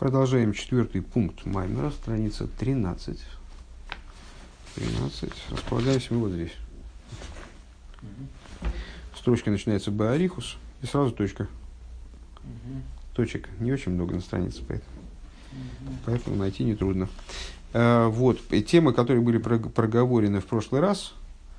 Продолжаем четвертый пункт Маймера, страница 13. 13. Располагаемся мы вот здесь. Строчка начинается Баарихус, и сразу точка. Точек не очень много на странице, поэтому найти нетрудно. Вот, темы, которые были проговорены в прошлый раз.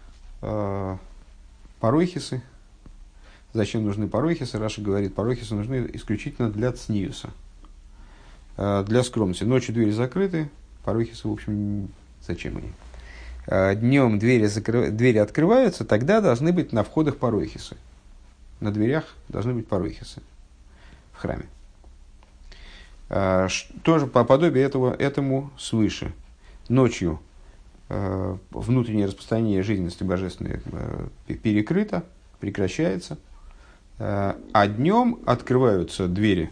Паройхисы. Зачем нужны паройхисы? Раша говорит, паройхисы нужны исключительно для цниюса, для скромности. Ночью двери закрыты, паройхисы, в общем, зачем они? Днем двери открываются, тогда должны быть на входах паройхисы. На дверях должны быть паройхисы в храме. Тоже по подобию этому свыше. Ночью внутреннее распространение жизненности божественной перекрыто, прекращается, а днем открываются двери,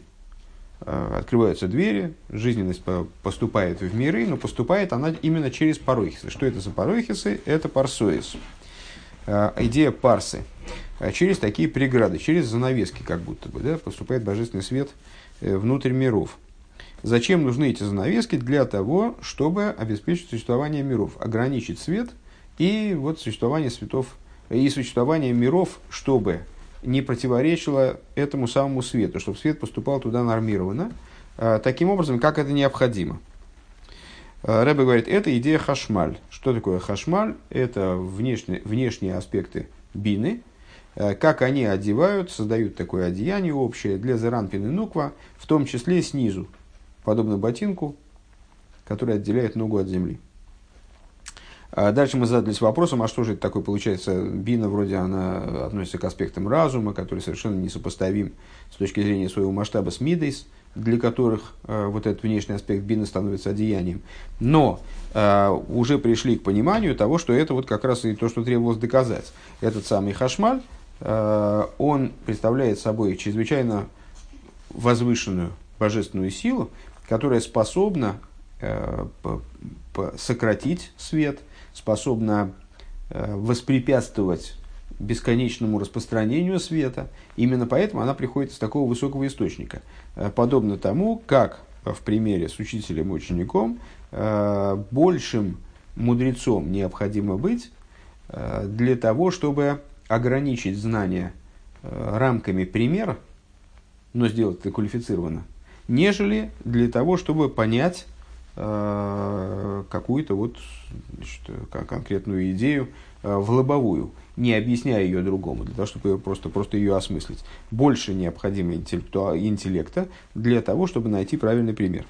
жизненность поступает в миры, но поступает она именно через паройхисы. Что это за паройхисы? Это парсоис. Идея парсы. Через такие преграды, через занавески, как будто бы, да, поступает божественный свет внутрь миров. Зачем нужны эти занавески? Для того, чтобы обеспечить существование миров, ограничить свет и вот существование светов и существование миров, чтобы не противоречило этому самому свету, чтобы свет поступал туда нормированно, таким образом, как это необходимо. Ребе говорит, это идея хашмаль. Что такое хашмаль? Это внешние аспекты бины, как они одевают, создают такое одеяние общее для зеранпин и нуква, в том числе снизу, подобно ботинку, который отделяет ногу от земли. Дальше мы задались вопросом, а что же это такое получается? Бина вроде она относится к аспектам разума, который совершенно несопоставим с точки зрения своего масштаба с мидейс, для которых вот этот внешний аспект бины становится одеянием. Но уже пришли к пониманию того, что это вот как раз и то, что требовалось доказать. Этот самый хашмаль, он представляет собой чрезвычайно возвышенную божественную силу, которая способна сократить свет, способна воспрепятствовать бесконечному распространению света. Именно поэтому она приходит из такого высокого источника. Подобно тому, как в примере с учителем и учеником, большим мудрецом необходимо быть для того, чтобы ограничить знания рамками примера, но сделать это квалифицированно, нежели для того, чтобы понять какую-то вот, конкретную идею в лобовую, не объясняя ее другому, для того, чтобы просто ее осмыслить. Больше необходимо интеллекта для того, чтобы найти правильный пример.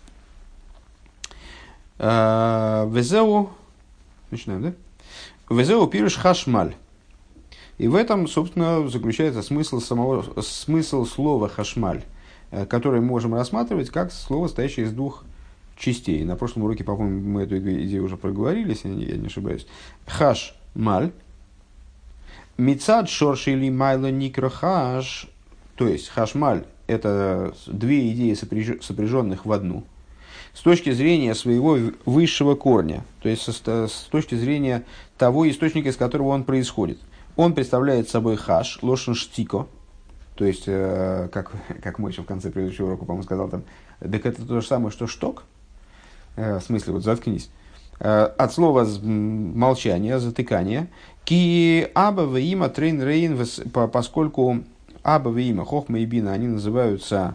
Везеу, начинаем, да? Везеу пируш хашмаль. И в этом, собственно, заключается смысл слова хашмаль, которое мы можем рассматривать как слово, состоящее из двух частей. На прошлом уроке, по-моему, мы эту идею уже проговорили, если я не ошибаюсь. Хаш-маль. Мицад шорши или майло никро хаш. То есть, хашмаль – это две идеи, сопряженных в одну. С точки зрения своего высшего корня. То есть, с точки зрения того источника, из которого он происходит. Он представляет собой хаш, лошен штико. То есть, как мы еще в конце предыдущего урока, по-моему, сказал, там, так это то же самое, что шток. В смысле, вот заткнись. От слова молчание, затыкание. Ки аба веима трейн рейн, поскольку аба веима, хохма и бина, они называются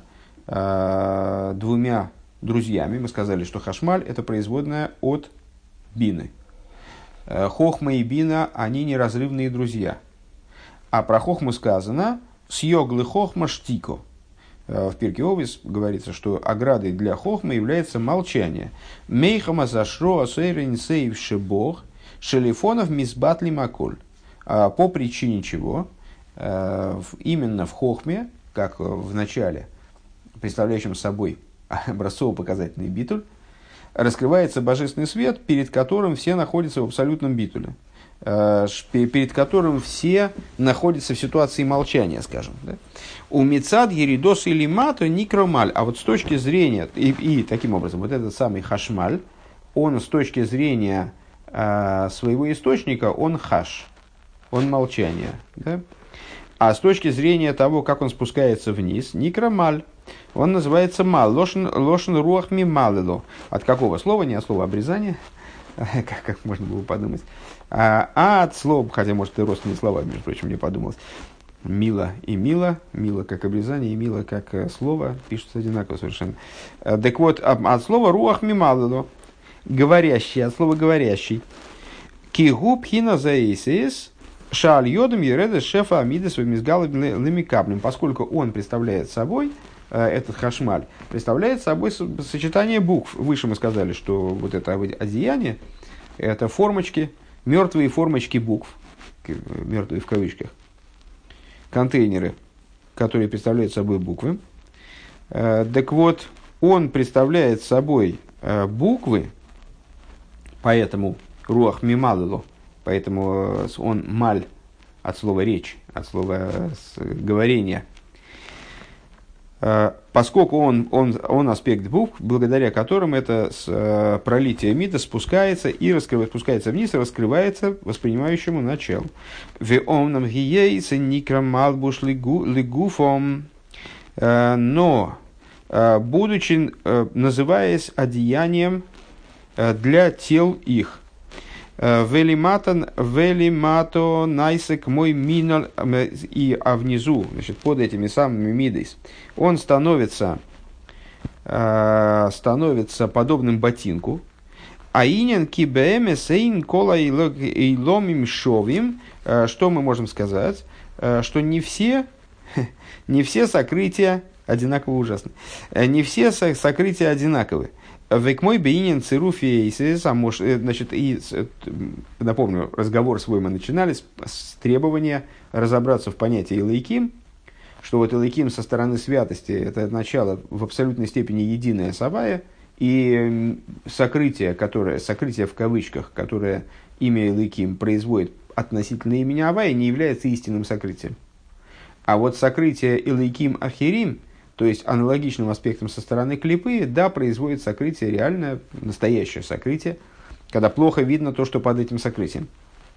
двумя друзьями. Мы сказали, что хашмаль – это производная от бины. Хохма и бина, они неразрывные друзья. А про хохму сказано «сьоглы хохма штико». В Пирке Овес говорится, что оградой для хохмы является молчание. «Мейхама зашро асэйрэн сейвши бог шелефонов мисбатли маколь». По причине чего именно в хохме, как в начале, представляющем собой образцово-показательный битуль, раскрывается божественный свет, перед которым все находятся в абсолютном битуле, перед которым все находятся в ситуации молчания, скажем. Да? У мицад еридос или мато никромаль. А вот с точки зрения, и таким образом, вот этот самый хашмаль, он с точки зрения своего источника, он хаш, он молчание. Да? А с точки зрения того, как он спускается вниз, никромаль. Он называется мал. Лошен руах ми малило. От какого слова? Не от слова обрезания, как можно было подумать. А от слова, хотя, может, и родственные слова, между прочим, мне подумалось. Мило и мило. Мило как обрезание, и мило как слово. Пишутся одинаково совершенно. Так вот, от слова руах ми малило. Говорящий, от слова говорящий. Кигуб хина заисис. Шааль йодом ереда шефа амидес вмизгалым лимикаблем. Поскольку он представляет собой, этот хашмаль, представляет собой сочетание букв. Выше мы сказали, что вот это одеяние, это формочки, мертвые формочки букв, мертвые в кавычках, контейнеры, которые представляют собой буквы. Так вот, он представляет собой буквы, поэтому руах мималило, поэтому он маль от слова речь, от слова говорения. Поскольку он аспект букв, благодаря которым это пролитие мида спускается и спускается вниз и раскрывается воспринимающему началу. Но, будучи, называясь одеянием для тел их, велимато найсек мой минал, а внизу, значит, под этими самыми мидейс, он становится подобным ботинку. Аинен кибеме сейн кола и ломим шовим. Что мы можем сказать? Что не все сокрытия одинаково ужасны. Не все сокрытия одинаковы. Век мой бейнин цируфиейсис, значит, и напомню, разговор свой мы начинали с требования разобраться в понятии элейким, что вот элейким со стороны святости это начало в абсолютной степени единое савая, и сокрытие в кавычках, которое имя элейким производит относительно имени Авая, не является истинным сокрытием. А вот сокрытие элейким ахирим, то есть аналогичным аспектом со стороны клипы, да, производит сокрытие реальное, настоящее сокрытие, когда плохо видно то, что под этим сокрытием.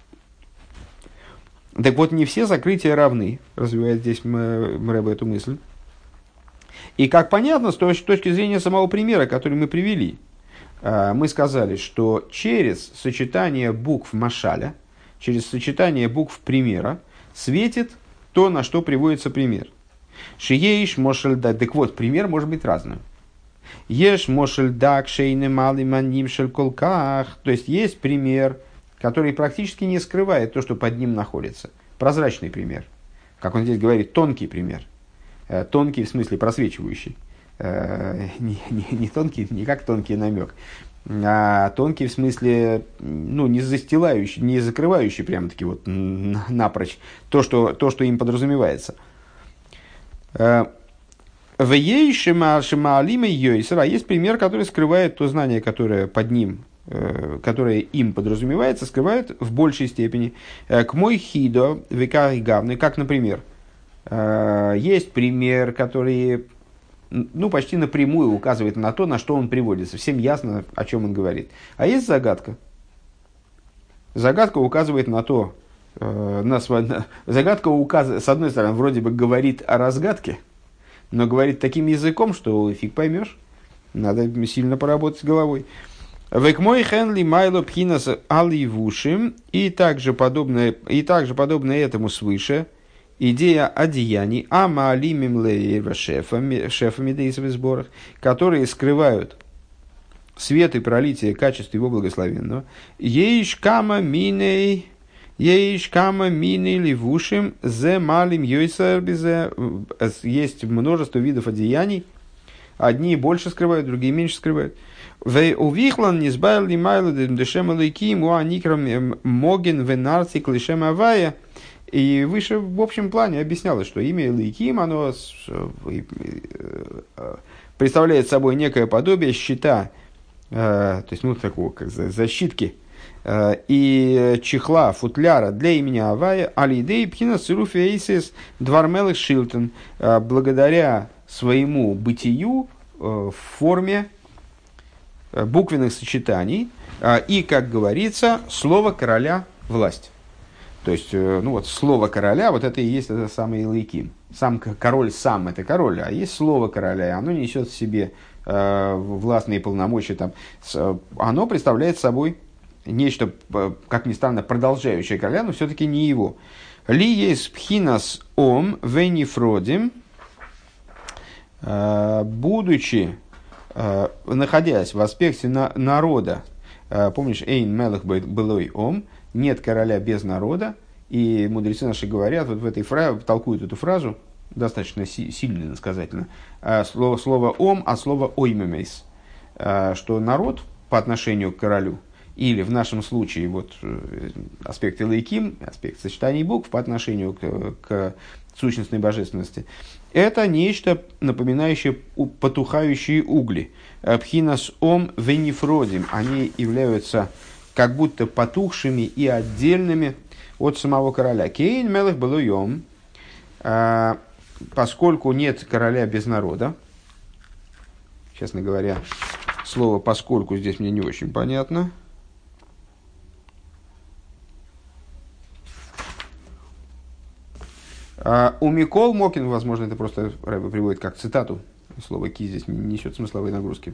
Так вот, не все сокрытия равны, развивает здесь Рэбе эту мысль. И как понятно, с точки зрения самого примера, который мы привели, мы сказали, что через сочетание букв машаля, через сочетание букв примера, светит то, на что приводится пример. Шиеш мошель да, так вот, пример может быть разным. Еш мошель да кшейне малый маним шель колках. То есть, есть пример, который практически не скрывает то, что под ним находится. Прозрачный пример. Как он здесь говорит, тонкий пример. Тонкий в смысле просвечивающий. Не тонкий, не как тонкий намек. А тонкий в смысле, ну, не застилающий, не закрывающий прямо-таки вот напрочь то, что им подразумевается. А есть пример, который скрывает то знание, которое под ним, которое им подразумевается, скрывает в большей степени. К мой хидо века и гавны, как, например, есть пример, который, ну, почти напрямую указывает на то, на что он приводится. Всем ясно, о чем он говорит. А есть загадка. Загадка указывает на то, загадка указывает, с одной стороны, вроде бы говорит о разгадке, но говорит таким языком, что фиг поймешь. Надо сильно поработать головой. Век мой хенли майло пхинас аливушим, и также подобное этому свыше идея одеяний амаалимим леева шефами дейсовых сборах, которые скрывают свет и пролитие качеств его благословенного. Ейш кама миней ливушим зе малим йойсер безе. Есть множество видов одеяний. Одни больше скрывают, другие меньше скрывают. Вей увихлан низбайл ли майло дешем алейким уаникрам моген венарцик лишем авая. И выше в общем плане объяснялось, что имя Элейким, оно представляет собой некое подобие щита, то есть, ну, такого, как защитки, и чехла, футляра для имени Авая, алидей пхина цируфи эйсис двармелых шилтон, благодаря своему бытию в форме буквенных сочетаний, и, как говорится, слово короля власть. То есть, ну вот слово короля, вот это и есть это самый Элейким. Сам король сам это король, а есть слово короля, и оно несет в себе властные полномочия. Там, оно представляет собой нечто, как ни странно, продолжающее короля, но все-таки не его. Ли есть пхинас ом венифродим, будучи, находясь в аспекте народа, помнишь, эйн мелых былой ом, нет короля без народа, и мудрецы наши говорят, вот в этой фразе, толкуют эту фразу, достаточно сильно иносказательно, слово ом, а слово оймемейс, что народ по отношению к королю, или в нашем случае вот, аспект элейким, аспект сочетаний букв по отношению к сущностной божественности, это нечто, напоминающее потухающие угли. Пхинас ом венифродим. Они являются как будто потухшими и отдельными от самого короля. Кейн мелых балуйом, поскольку нет короля без народа. Честно говоря, слово «поскольку» здесь мне не очень понятно. У Микол Мокин, возможно, это просто Рэбе приводит как цитату. Слово «ки» здесь не несет смысловой нагрузки.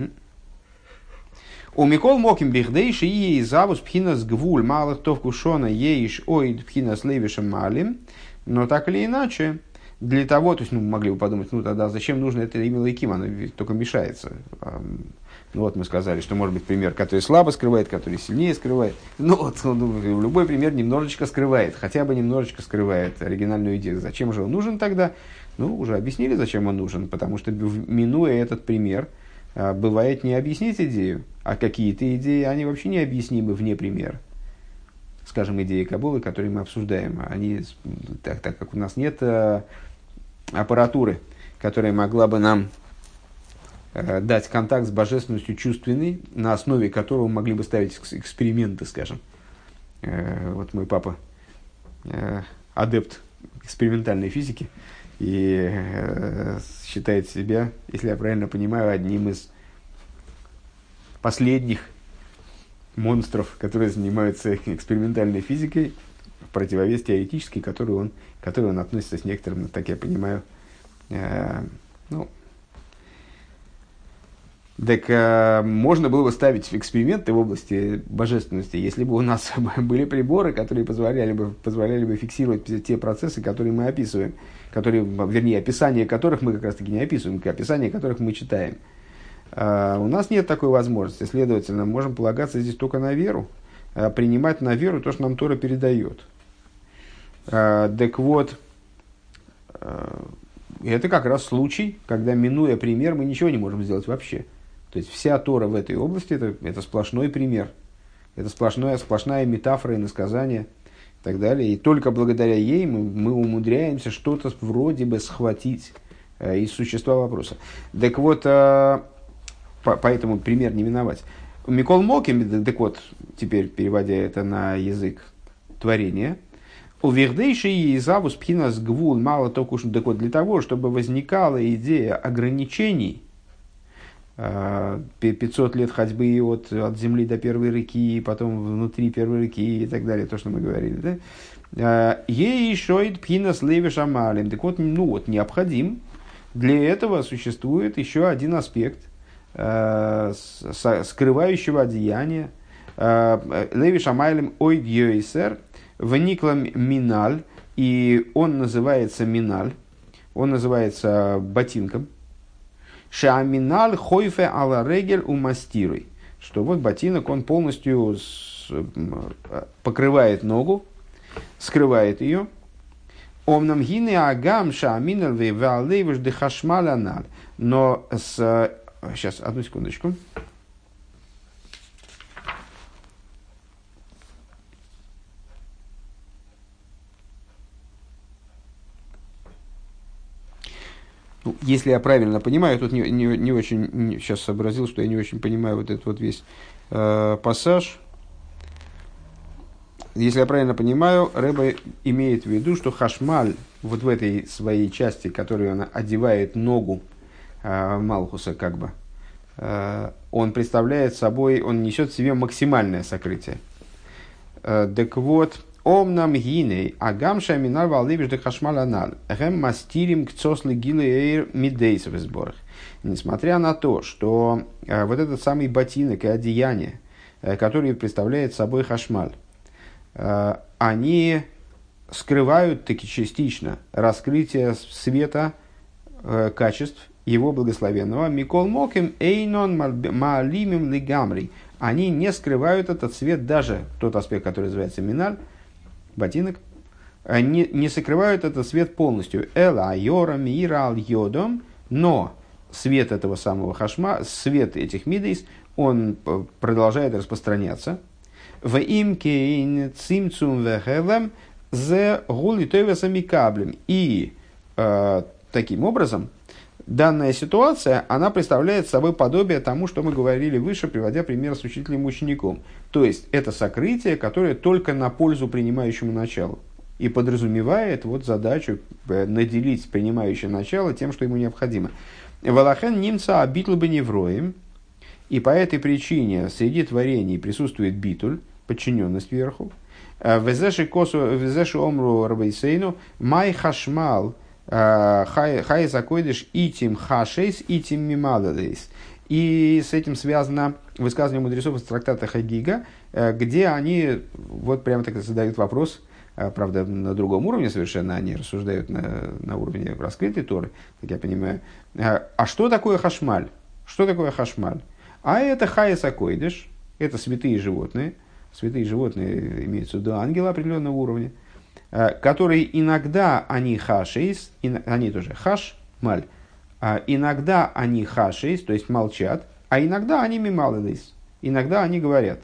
У Микол Мокин бихдейши ей завус пхинас гвуль малых товкушона еиш оид пхинас левишем малим. Но так или иначе, для того, то есть, ну, могли бы подумать, ну, тогда зачем нужно это имя Лейким, оно только мешается. Ну, вот мы сказали, что может быть пример, который слабо скрывает, который сильнее скрывает. Ну, вот, любой пример немножечко скрывает, хотя бы немножечко скрывает оригинальную идею. Зачем же он нужен тогда? Ну, уже объяснили, зачем он нужен, потому что, минуя этот пример, бывает не объяснить идею, а какие-то идеи, они вообще необъяснимы вне примера. Скажем, идеи Каббалы, которые мы обсуждаем, они, так как у нас нет аппаратуры, которая могла бы нам дать контакт с божественностью чувственной, на основе которого мы могли бы ставить эксперименты, скажем. Вот мой папа адепт экспериментальной физики и считает себя, если я правильно понимаю, одним из последних монстров, которые занимаются экспериментальной физикой, в противовес теоретической, к которой он относится с некоторым, так я понимаю, так можно было бы ставить эксперименты в области божественности, если бы у нас были приборы, которые позволяли бы фиксировать те процессы, которые мы описываем, описание которых мы как раз таки не описываем, описание которых мы читаем. У нас нет такой возможности, следовательно, мы можем полагаться здесь только на веру, принимать на веру то, что нам Тора передает. Так вот, это как раз случай, когда, минуя пример, мы ничего не можем сделать вообще. То есть вся Тора в этой области это сплошной пример, это сплошная метафора и иносказание и так далее. И только благодаря ей мы умудряемся что-то вроде бы схватить из существа вопроса. Так вот, поэтому пример не миновать. Микол Моким, так вот, теперь переводя это на язык творения, у Вердейши и Завус Пхинас Гвул мало только уж, так вот, для того, чтобы возникала идея ограничений, 500 лет ходьбы от земли до первой реки, потом внутри первой реки и так далее, то, что мы говорили. Да? Ей шоид пхинас леви шамалим. Так вот, необходим. Для этого существует еще один аспект скрывающего одеяния. Леви шамалим ойд йойсер вникла миналь, и он называется миналь, он называется ботинком. Шааминаль хойфе ала регель умастируй. Что вот ботинок, он полностью покрывает ногу, скрывает ее. Омнам гине агам шааминаль веалейвиш дехашмалянал. Но сейчас, одну секундочку. Если я правильно понимаю, тут не очень, сейчас сообразил, что я не очень понимаю вот этот вот весь пассаж. Если я правильно понимаю, Ребе имеет в виду, что хашмаль вот в этой своей части, которую он одевает ногу Малхуса, как бы, он представляет собой, он несет в себе максимальное сокрытие. Так вот, Омнам гиней, агамша минар валдевиш де хашмаланал, гэм мастирим кцосли гилеэр мидейсов сборах. Несмотря на то, что вот этот самый ботинок и одеяние, который представляет собой хашмаль, они скрывают таки частично раскрытие света качеств его благословенного. Микол моким эйнон маалимим лигамри. Они не скрывают этот свет, даже тот аспект, который называется миналь, ботинок, они не сокрывают этот свет полностью. Эла айора мира ал йодом, но свет этого самого хашма, свет этих мидейс, он продолжает распространяться. В имкейн цимцум вехелем зе гулитовесами каблем. И таким образом данная ситуация, она представляет собой подобие тому, что мы говорили выше, приводя пример с учителем и учеником. То есть, это сокрытие, которое только на пользу принимающему началу. И подразумевает вот задачу наделить принимающее начало тем, что ему необходимо. Валахен немца обитл бы невроем. И по этой причине среди творений присутствует битуль, подчиненность верху. Везеши омру рабейсейну май хашмал хай закойдеш итим хашейс итим мимададейс. И с этим связано высказывание мудрецов из трактата Хагига, где они вот прямо так задают вопрос, правда, на другом уровне совершенно, они рассуждают на уровне раскрытой Торы, как я понимаю. А что такое хашмаль? Что такое хашмаль? А это хайс акойдеш, это святые животные. Святые животные имеются в виду ангелы определенного уровня, которые иногда они хашейс, они тоже хаш-маль, иногда они хашейс, то есть молчат, а иногда они мималэлэйс, иногда они говорят.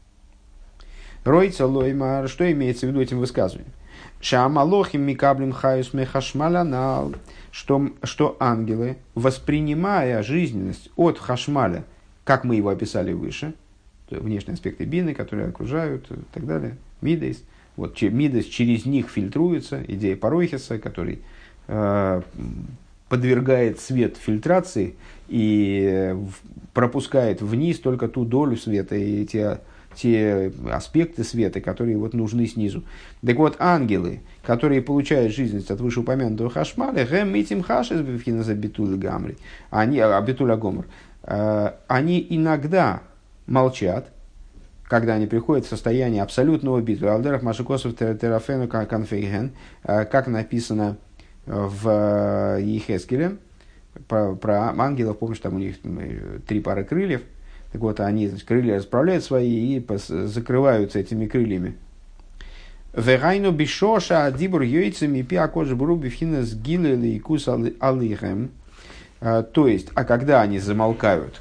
Ройца лоймар, что имеется в виду этим высказыванием? Шаамалохим микаблим хаюс мехашмалянал, что ангелы, воспринимая жизненность от хашмаля, как мы его описали выше, внешние аспекты бины, которые окружают и так далее, мидейс, вот мидейс через них фильтруется, идея паройхиса, который подвергает свет фильтрации и пропускает вниз только ту долю света и те аспекты света, которые вот нужны снизу. Так вот, ангелы, которые получают жизненность от вышеупомянутого хашмаля, гэм этим хашес бифхиназа битуля гамри, битуля гомор, они иногда молчат, когда они приходят в состояние абсолютного битуля. Алдерах машикосов терафену конфейген, как написано в Ехескеле, про ангелов, помнишь, там у них 3 пары крыльев. Так вот, они, значит, крылья расправляют свои и закрываются этими крыльями. Вегайну бишоша адибур йойцами пиакош бруби фхинас гилели и кус алихем. То есть, а когда они замолкают,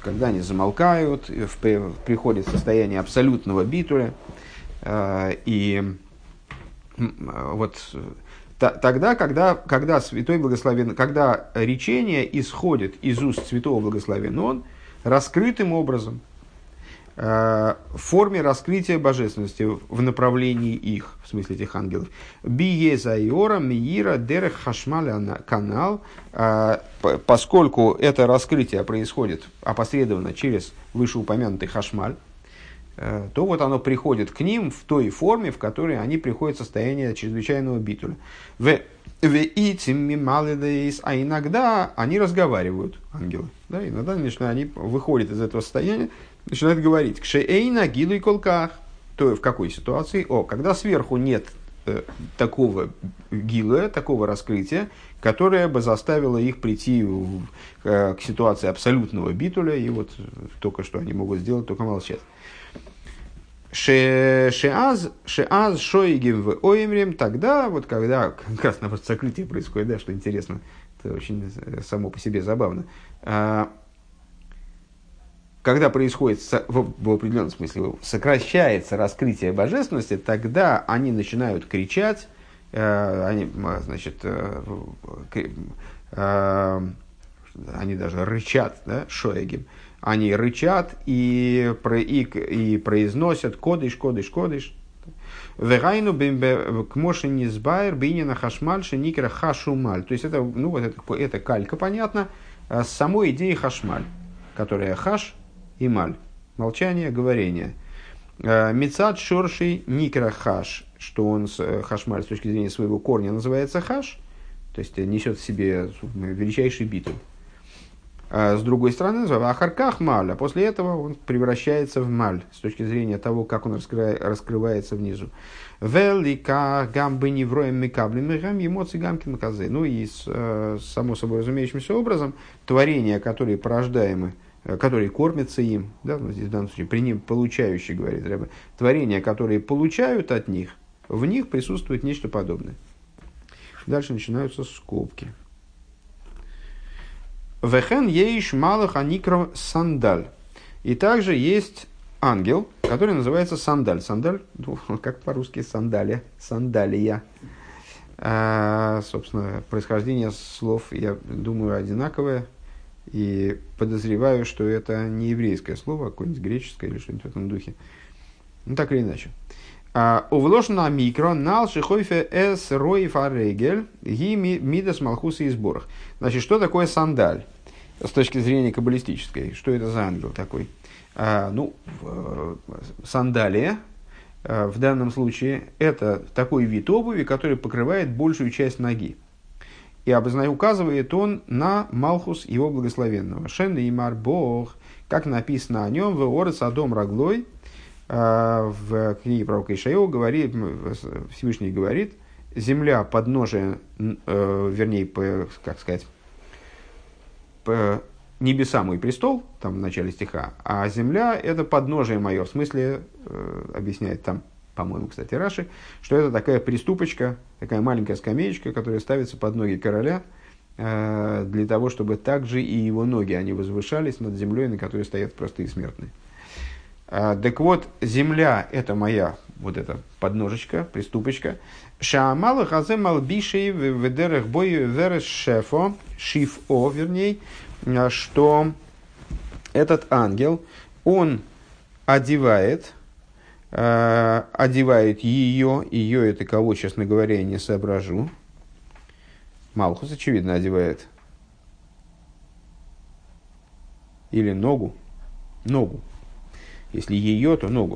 приходит состояние абсолютного битуля, и вот тогда, когда святой благословен, когда речение исходит из уст святого благословен он, раскрытым образом, в форме раскрытия божественности в направлении их, в смысле этих ангелов. Бие заиора миира дерех хашмаля канал, поскольку это раскрытие происходит опосредованно через вышеупомянутый хашмаль, то вот оно приходит к ним в той форме, в которой они приходят в состояние чрезвычайного битуля. А иногда они разговаривают, ангелы. Да, иногда они выходят из этого состояния, начинают говорить «кшеэйна гилуй колках». То в какой ситуации? Когда сверху нет такого гилуя, такого раскрытия, которое бы заставило их прийти к ситуации абсолютного битуля, и вот только что они могут сделать, только молчать. Шеаз шоигим в оимрем, тогда, вот когда как раз на сокрытие происходит, да, что интересно, это очень само по себе забавно. Когда происходит в определенном смысле сокращается раскрытие божественности, тогда они начинают кричать, они, значит, они даже рычат, да, шоигим. Они рычат и произносят «кодыш, кодыш, кодыш». «Вегайну к мошенни сбайр бинина хашмаль шеникера хашумаль». То есть, это, ну, вот это калька, понятно, с самой идеей хашмаль, которая хаш и маль. Молчание, говорение. «Мицад шорший никера хаш что он хашмаль с точки зрения своего корня называется хаш, то есть несет в себе величайший битуль. А с другой стороны, ахарках маль, а после этого он превращается в маль с точки зрения того, как он раскрывается внизу. Велика гамбы невроем микаблем мегам емоци гамкин маказы. Ну и само собой разумеющимся образом творения, которые порождаемы, которые кормятся им, да, ну, здесь в данном случае при ним получающий, говорит Ребе, творения, которые получают от них, в них присутствует нечто подобное. Дальше начинаются скобки. Вехен ейш малах аникро сандаль. И также есть ангел, который называется сандаль. Сандаль, ну, как по-русски сандалия, сандалия. Собственно, происхождение слов, я думаю, одинаковое. И подозреваю, что это не еврейское слово, а какое-нибудь греческое или что-нибудь в этом духе. Ну, так или иначе. Увложена микро нал шихойфе эс роев арегель ги мидас малхуса и сборах. Значит, что такое сандаль с точки зрения каббалистической? Что это за ангел такой? Сандалия в данном случае это такой вид обуви, который покрывает большую часть ноги. И указывает он на Малхус его благословенного. Шен и Марбог, как написано о нем, в Орец Адом Раглой, в книге пророка Ишайяу говорит, Всевышний говорит, земля подножие, вернее, как сказать, небеса мой престол, там в начале стиха, а земля это подножие мое, в смысле, объясняет там, по-моему, кстати, Раши, что это такая приступочка, такая маленькая скамеечка, которая ставится под ноги короля, для того, чтобы также и его ноги, они возвышались над землей, на которой стоят простые смертные. Так вот, земля – это моя вот эта подножечка, приступочка. Шаамала хазем албишей ведерех бой верес шефо, шифо, вернее, что этот ангел, он одевает ее, это кого, честно говоря, я не соображу. Малхус, очевидно, одевает. Или ногу. Ногу. Если ее, то ногу.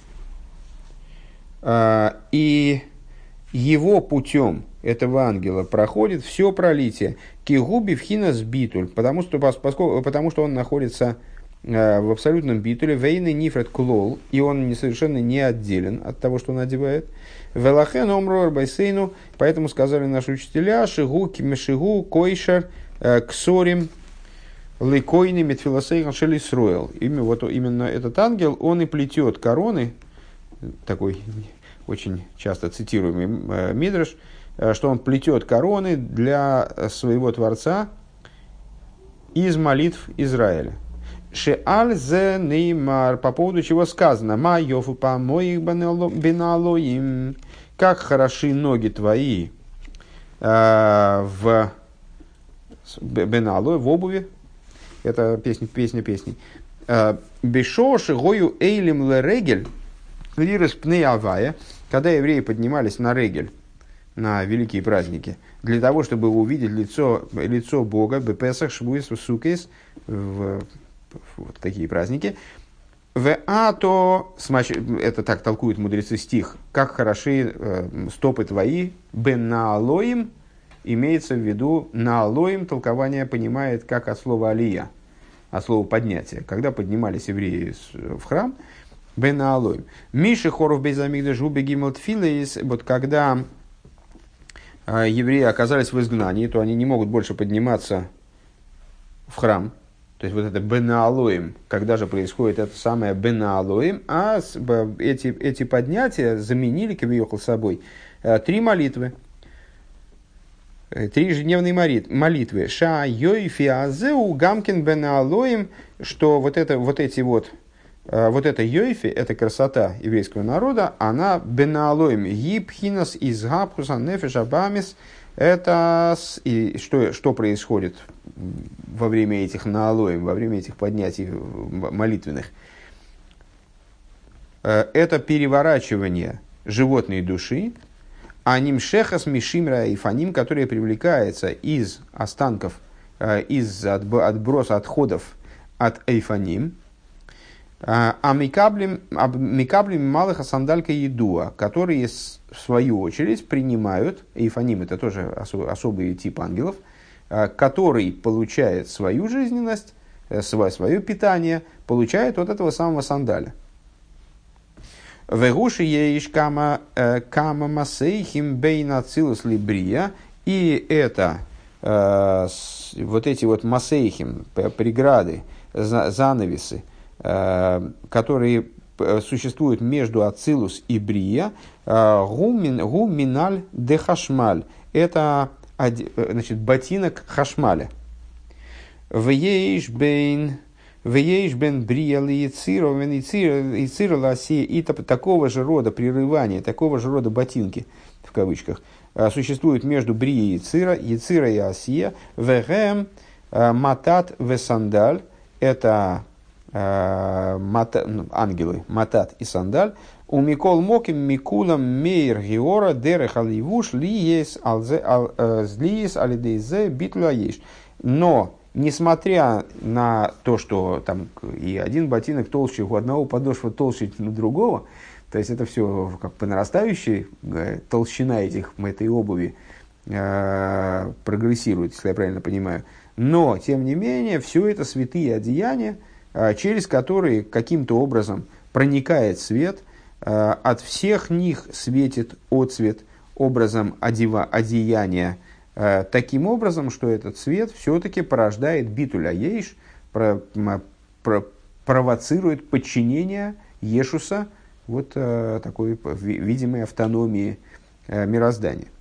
И его путем, этого ангела, проходит все пролитие. Кигуби вхинас битуль, потому что он находится в абсолютном битуле. Вейны нифред клол, и он совершенно не отделен от того, что он одевает. Велахен омрор байсейну, поэтому сказали наши учителя, шигу кимешигу койшер ксорим лейкойни метфилосейхан шелисруэл. Именно этот ангел, он и плетет короны, такой очень часто цитируемый мидраш, что он плетет короны для своего Творца из молитв Израиля. Шеаль зе неймар, по поводу чего сказано, ма йофу па моих беналоим, как хороши ноги твои в беналой, в обуви. Это песня песней. Бешо шигою эйлим ле регель, лирес пней авая, когда евреи поднимались на регель, на великие праздники, для того, чтобы увидеть лицо Бога, бепесах, швуис, сукейс, в вот такие праздники. Это так толкуют мудрецы стих, как хороши стопы твои, бенаалоим, имеется в виду, наалоим толкование понимает как от слова алия, от слова поднятие. Когда поднимались евреи в храм, бенаалоим. Миши хоров безамигдаш губе гимл тфилис, вот когда евреи оказались в изгнании, то они не могут больше подниматься в храм. То есть вот это бенаалоим, когда же происходит это самое бенаалоим, а эти поднятия заменили кавиохал собой 3 молитвы, 3 ежедневные молитвы. Ша йой фиазеу гамкин бенаалоим, что вот это йойфи, эта красота еврейского народа, она бенаалоим гибхинас из габхуса нефеш абамис. Это и что происходит во время этих наалоим, во время этих поднятий молитвенных? Это переворачивание животной души, анимшехас мишимра и фаним, которая привлекается из останков, из отброса отходов от эйфаним, Микаблим малых сандалька едуа, которые в свою очередь принимают, эйфаним это тоже особый тип ангелов, который получает свою жизненность, свое питание, получает от этого самого сандаля. Вегуши еиш кама масейхим бейна цилус либрия, и это вот эти вот масейхим, преграды, занавесы, которые существуют между ацилус и брия, гуминаль де хашмаль, это, значит, ботинок хашмаля. Вееш бен брия ли яцира ласи, и такого же рода прерывания, такого же рода ботинки, в кавычках, существует между брией и яцира и асия. Вегем матат весандаль, это ангелы, матат и сандаль. У Микол Моким Микулам Мейр Геора Дерех Аливуш Лиес Алидейзе Битлуаеш. Но, несмотря на то, что там и один ботинок толще у одного, подошва толще у другого, то есть это все как по нарастающей, толщина этой обуви прогрессирует, если я правильно понимаю. Но, тем не менее, все это святые одеяния, через которые каким-то образом проникает свет, от всех них светит отцвет образом одеяния, таким образом, что этот свет все-таки порождает битуля ейш, провоцирует подчинение Ешуса вот такой видимой автономии мироздания.